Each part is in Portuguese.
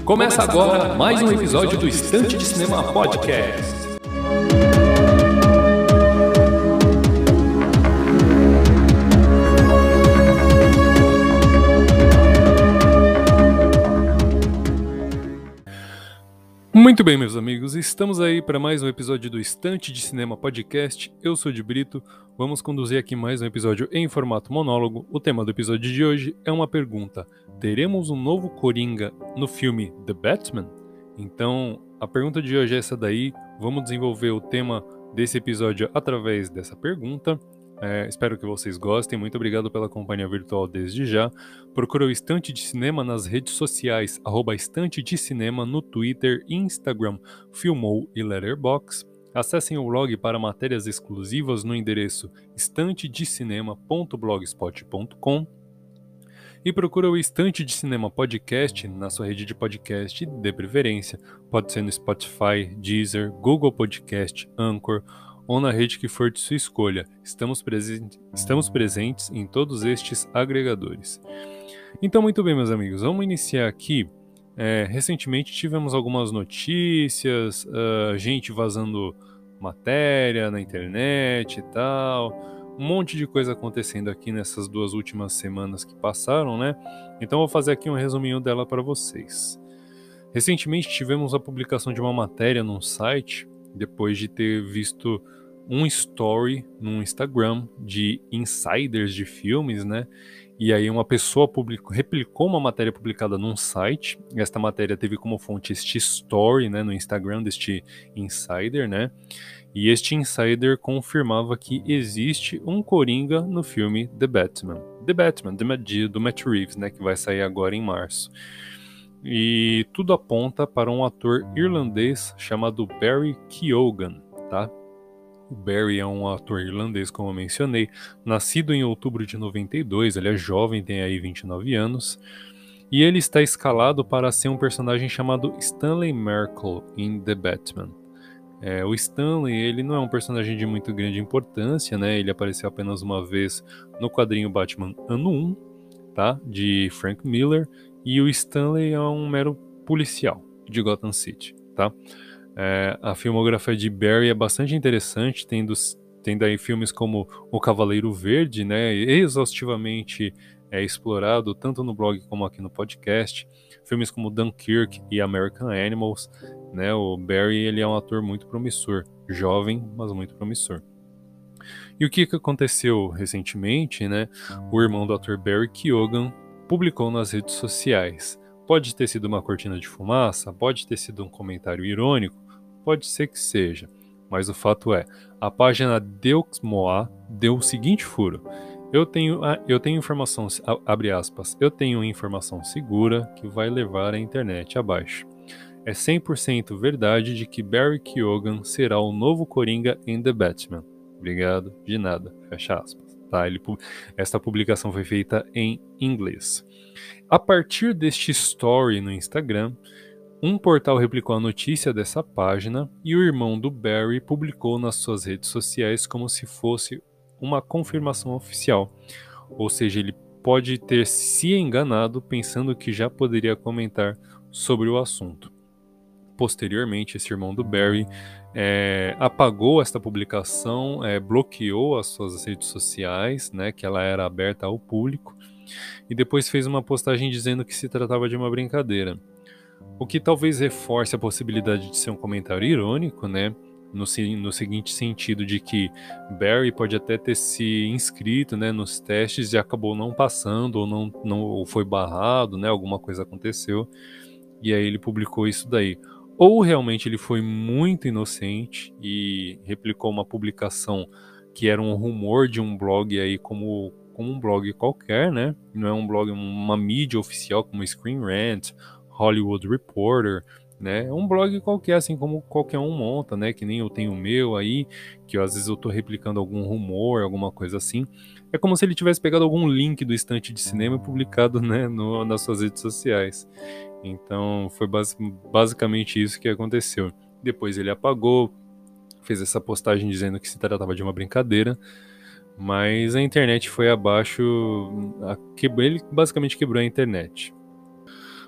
Começa agora mais um episódio do Estante de Cinema Podcast. Muito bem, meus amigos, estamos aí para mais um episódio do Estante de Cinema Podcast. Eu sou o de Brito, vamos conduzir aqui mais um episódio em formato monólogo. O tema do episódio de hoje é uma pergunta: teremos um novo Coringa no filme The Batman? Então, a pergunta de hoje é essa daí, vamos desenvolver o tema desse episódio através dessa pergunta. Espero que vocês gostem, muito obrigado pela companhia virtual desde já. Procura o Estante de Cinema nas redes sociais, @Estante de Cinema no Twitter, Instagram, Filmou e Letterboxd. Acessem o blog para matérias exclusivas no endereço estantedecinema.blogspot.com e procura o Estante de Cinema Podcast na sua rede de podcast de preferência. Pode ser no Spotify, Deezer, Google Podcast, Anchor ou na rede que for de sua escolha. Estamos presentes em todos estes agregadores. Então, muito bem, meus amigos, vamos iniciar aqui. Recentemente tivemos algumas notícias, gente vazando matéria na internet e tal, um monte de coisa acontecendo aqui nessas 2 últimas semanas que passaram, né? Então vou fazer aqui um resuminho dela para vocês. Recentemente tivemos a publicação de uma matéria num site, depois de ter visto um story no Instagram de insiders de filmes, né? E aí uma pessoa replicou uma matéria publicada num site. Esta matéria teve como fonte este story, né, no Instagram deste insider, né? E este insider confirmava que existe um Coringa no filme The Batman. The Batman, do Matt Reeves, né, que vai sair agora em março. E tudo aponta para um ator irlandês chamado Barry Keoghan, tá? O Barry é um ator irlandês, como eu mencionei, nascido em outubro de 92, ele é jovem, tem aí 29 anos, e ele está escalado para ser um personagem chamado Stanley Merkel em The Batman. O Stanley, ele não é um personagem de muito grande importância, né? Ele apareceu apenas uma vez no quadrinho Batman Ano 1, tá? De Frank Miller, e o Stanley é um mero policial de Gotham City, tá? A filmografia de Barry é bastante interessante, tendo aí filmes como O Cavaleiro Verde, né, exaustivamente explorado tanto no blog como aqui no podcast, filmes como Dunkirk e American Animals, né, o Barry ele é um ator muito promissor, jovem, mas muito promissor. E o que aconteceu recentemente, né, o irmão do ator Barry Keoghan publicou nas redes sociais. Pode ter sido uma cortina de fumaça, pode ter sido um comentário irônico, pode ser que seja, mas o fato é, a página Deux deu o seguinte furo: eu tenho informação, abre aspas, eu tenho informação segura que vai levar a internet abaixo. É 100% verdade de que Barry Keoghan será o novo Coringa em The Batman. Obrigado, de nada, fecha aspas. Tá, esta publicação foi feita em inglês. A partir deste story no Instagram, um portal replicou a notícia dessa página e o irmão do Barry publicou nas suas redes sociais como se fosse uma confirmação oficial. Ou seja, ele pode ter se enganado pensando que já poderia comentar sobre o assunto. Posteriormente, esse irmão do Barry apagou esta publicação, bloqueou as suas redes sociais, né, que ela era aberta ao público, e depois fez uma postagem dizendo que se tratava de uma brincadeira. O que talvez reforce a possibilidade de ser um comentário irônico, né? No seguinte sentido de que Barry pode até ter se inscrito, né, nos testes e acabou não passando ou foi barrado, né? Alguma coisa aconteceu e aí ele publicou isso daí. Ou realmente ele foi muito inocente e replicou uma publicação que era um rumor de um blog aí como um blog qualquer, né? Não é um blog, uma mídia oficial como Screen Rant, Hollywood Reporter, né? É um blog qualquer, assim como qualquer um monta, né? Que nem eu tenho o meu aí, que às vezes eu tô replicando algum rumor, alguma coisa assim. É como se ele tivesse pegado algum link do Estante de Cinema e publicado, né, nas suas redes sociais. Então foi basicamente isso que aconteceu. Depois ele apagou, fez essa postagem dizendo que se tratava de uma brincadeira, mas a internet foi abaixo, ele basicamente quebrou a internet.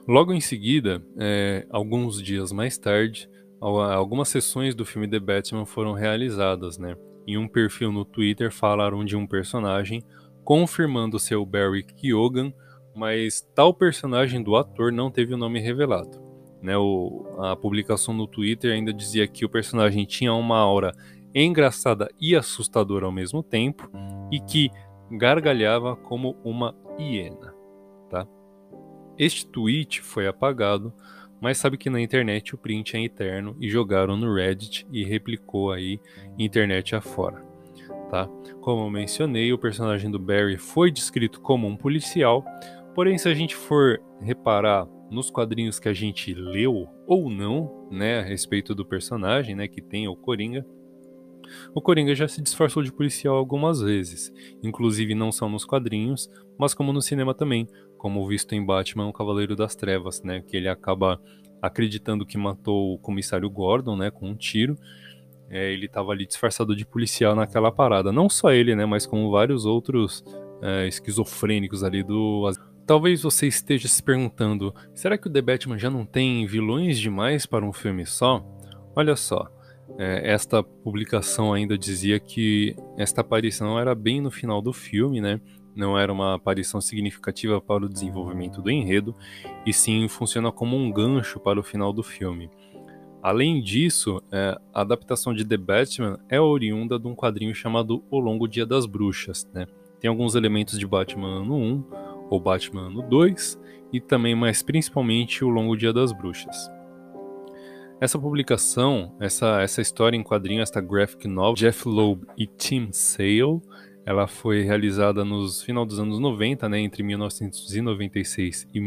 Logo em seguida, alguns dias mais tarde, algumas sessões do filme The Batman foram realizadas, né? Em um perfil no Twitter falaram de um personagem confirmando ser o Barry Keoghan, mas tal personagem do ator não teve o nome revelado. Né? A publicação no Twitter ainda dizia que o personagem tinha uma aura engraçada e assustadora ao mesmo tempo e que gargalhava como uma hiena. Tá? Este tweet foi apagado, mas sabe que na internet o print é eterno e jogaram no Reddit e replicou aí internet afora. Tá? Como eu mencionei, o personagem do Barry foi descrito como um policial, porém se a gente for reparar nos quadrinhos que a gente leu ou não, né, a respeito do personagem, né, que tem o Coringa já se disfarçou de policial algumas vezes, inclusive não só nos quadrinhos, mas como no cinema também, como visto em Batman, o Cavaleiro das Trevas, né, que ele acaba acreditando que matou o comissário Gordon, né, com um tiro. Ele estava ali disfarçado de policial naquela parada. Não só ele, né, mas como vários outros esquizofrênicos ali do... Talvez você esteja se perguntando, será que o The Batman já não tem vilões demais para um filme só? Olha só, esta publicação ainda dizia que esta aparição era bem no final do filme, né? Não era uma aparição significativa para o desenvolvimento do enredo, e sim funciona como um gancho para o final do filme. Além disso, a adaptação de The Batman é oriunda de um quadrinho chamado O Longo Dia das Bruxas, né? Tem alguns elementos de Batman Ano 1 ou Batman Ano 2 e também, mas principalmente, O Longo Dia das Bruxas. Essa publicação, essa história em quadrinho, esta graphic novel, Jeff Loeb e Tim Sale, ela foi realizada nos final dos anos 90, né, entre 1996 e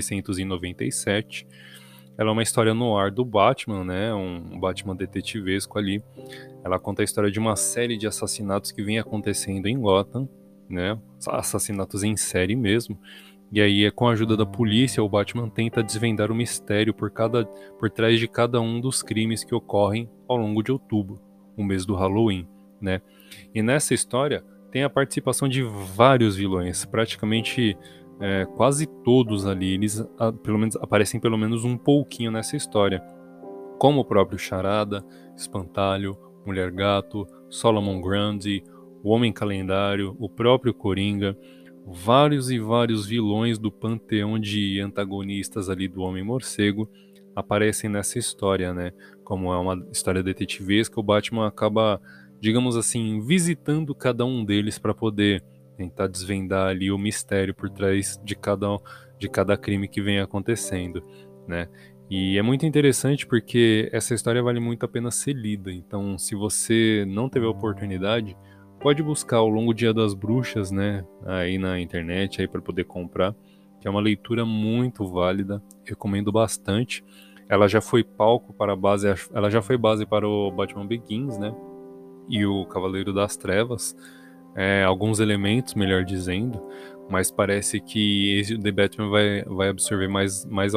1997. Ela é uma história no ar do Batman, né? Um Batman detetivesco ali. Ela conta a história de uma série de assassinatos que vem acontecendo em Gotham, né? Assassinatos em série mesmo. E aí, com a ajuda da polícia, o Batman tenta desvendar o mistério por trás de cada um dos crimes que ocorrem ao longo de outubro, o mês do Halloween, né? E nessa história tem a participação de vários vilões, praticamente quase todos ali, eles pelo menos aparecem pelo menos um pouquinho nessa história, como o próprio Charada, Espantalho, Mulher Gato, Solomon Grundy, o Homem Calendário, o próprio Coringa, vários e vários vilões do panteão de antagonistas ali do Homem Morcego aparecem nessa história, né? Como é uma história detetivesca, o Batman acaba, digamos assim, visitando cada um deles para poder tentar desvendar ali o mistério por trás de cada crime que vem acontecendo, né? E é muito interessante porque essa história vale muito a pena ser lida. Então, se você não teve a oportunidade, pode buscar O Longo Dia das Bruxas, né, aí na internet aí para poder comprar, que é uma leitura muito válida, recomendo bastante. Ela já foi palco para base, ela já foi base para o Batman Begins, né? E o Cavaleiro das Trevas, alguns elementos, melhor dizendo, mas parece que esse The Batman vai absorver mais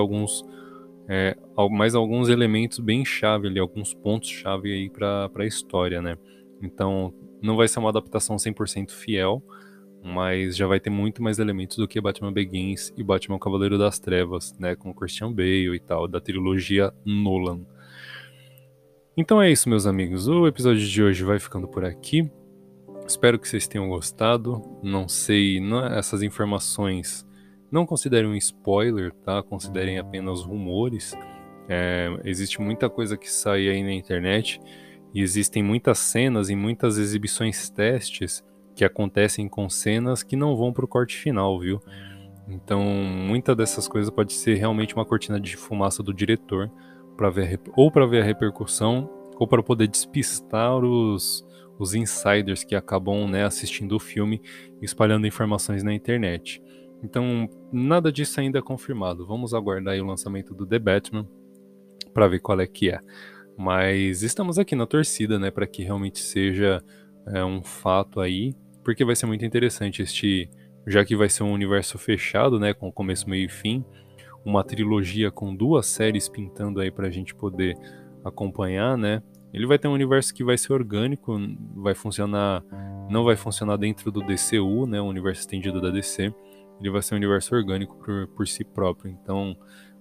alguns elementos bem chave ali, alguns pontos chave aí para a história, né? Então, não vai ser uma adaptação 100% fiel, mas já vai ter muito mais elementos do que Batman Begins e Batman Cavaleiro das Trevas, né, com Christian Bale e tal, da trilogia Nolan. Então é isso, meus amigos. O episódio de hoje vai ficando por aqui. Espero que vocês tenham gostado. Não sei, essas informações não considerem um spoiler, tá? Considerem apenas rumores. Existe muita coisa que sai aí na internet e existem muitas cenas e muitas exibições testes que acontecem com cenas que não vão pro corte final, viu? Então, muita dessas coisas pode ser realmente uma cortina de fumaça do diretor para ver a repercussão ou para poder despistar os insiders que acabam, né, assistindo o filme e espalhando informações na internet. Então, nada disso ainda é confirmado. Vamos aguardar aí o lançamento do The Batman para ver qual é que é. Mas estamos aqui na torcida, né, para que realmente seja um fato aí, porque vai ser muito interessante já que vai ser um universo fechado, né, com começo, meio e fim, uma trilogia com 2 séries pintando aí pra gente poder acompanhar, né? Ele vai ter um universo que vai ser orgânico, não vai funcionar dentro do DCU, né, o universo estendido da DC. Ele vai ser um universo orgânico por si próprio. Então,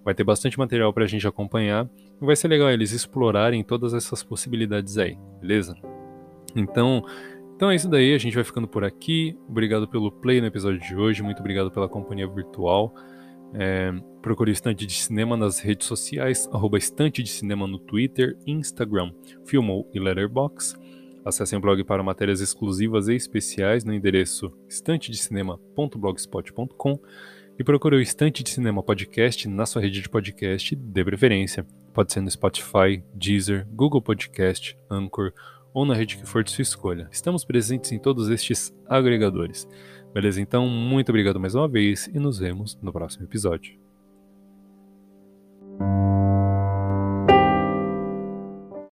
Vai ter bastante material para a gente acompanhar e vai ser legal eles explorarem todas essas possibilidades aí, beleza? Então é isso daí, a gente vai ficando por aqui. Obrigado pelo play no episódio de hoje, muito obrigado pela companhia virtual. Procure o Estante de Cinema nas redes sociais, @Estante de Cinema no Twitter, Instagram, Filmou e Letterboxd. Acessem o blog para matérias exclusivas e especiais no endereço estantedecinema.blogspot.com e procure o Estante de Cinema Podcast na sua rede de podcast de preferência. Pode ser no Spotify, Deezer, Google Podcast, Anchor ou na rede que for de sua escolha. Estamos presentes em todos estes agregadores. Beleza? Então, muito obrigado mais uma vez e nos vemos no próximo episódio.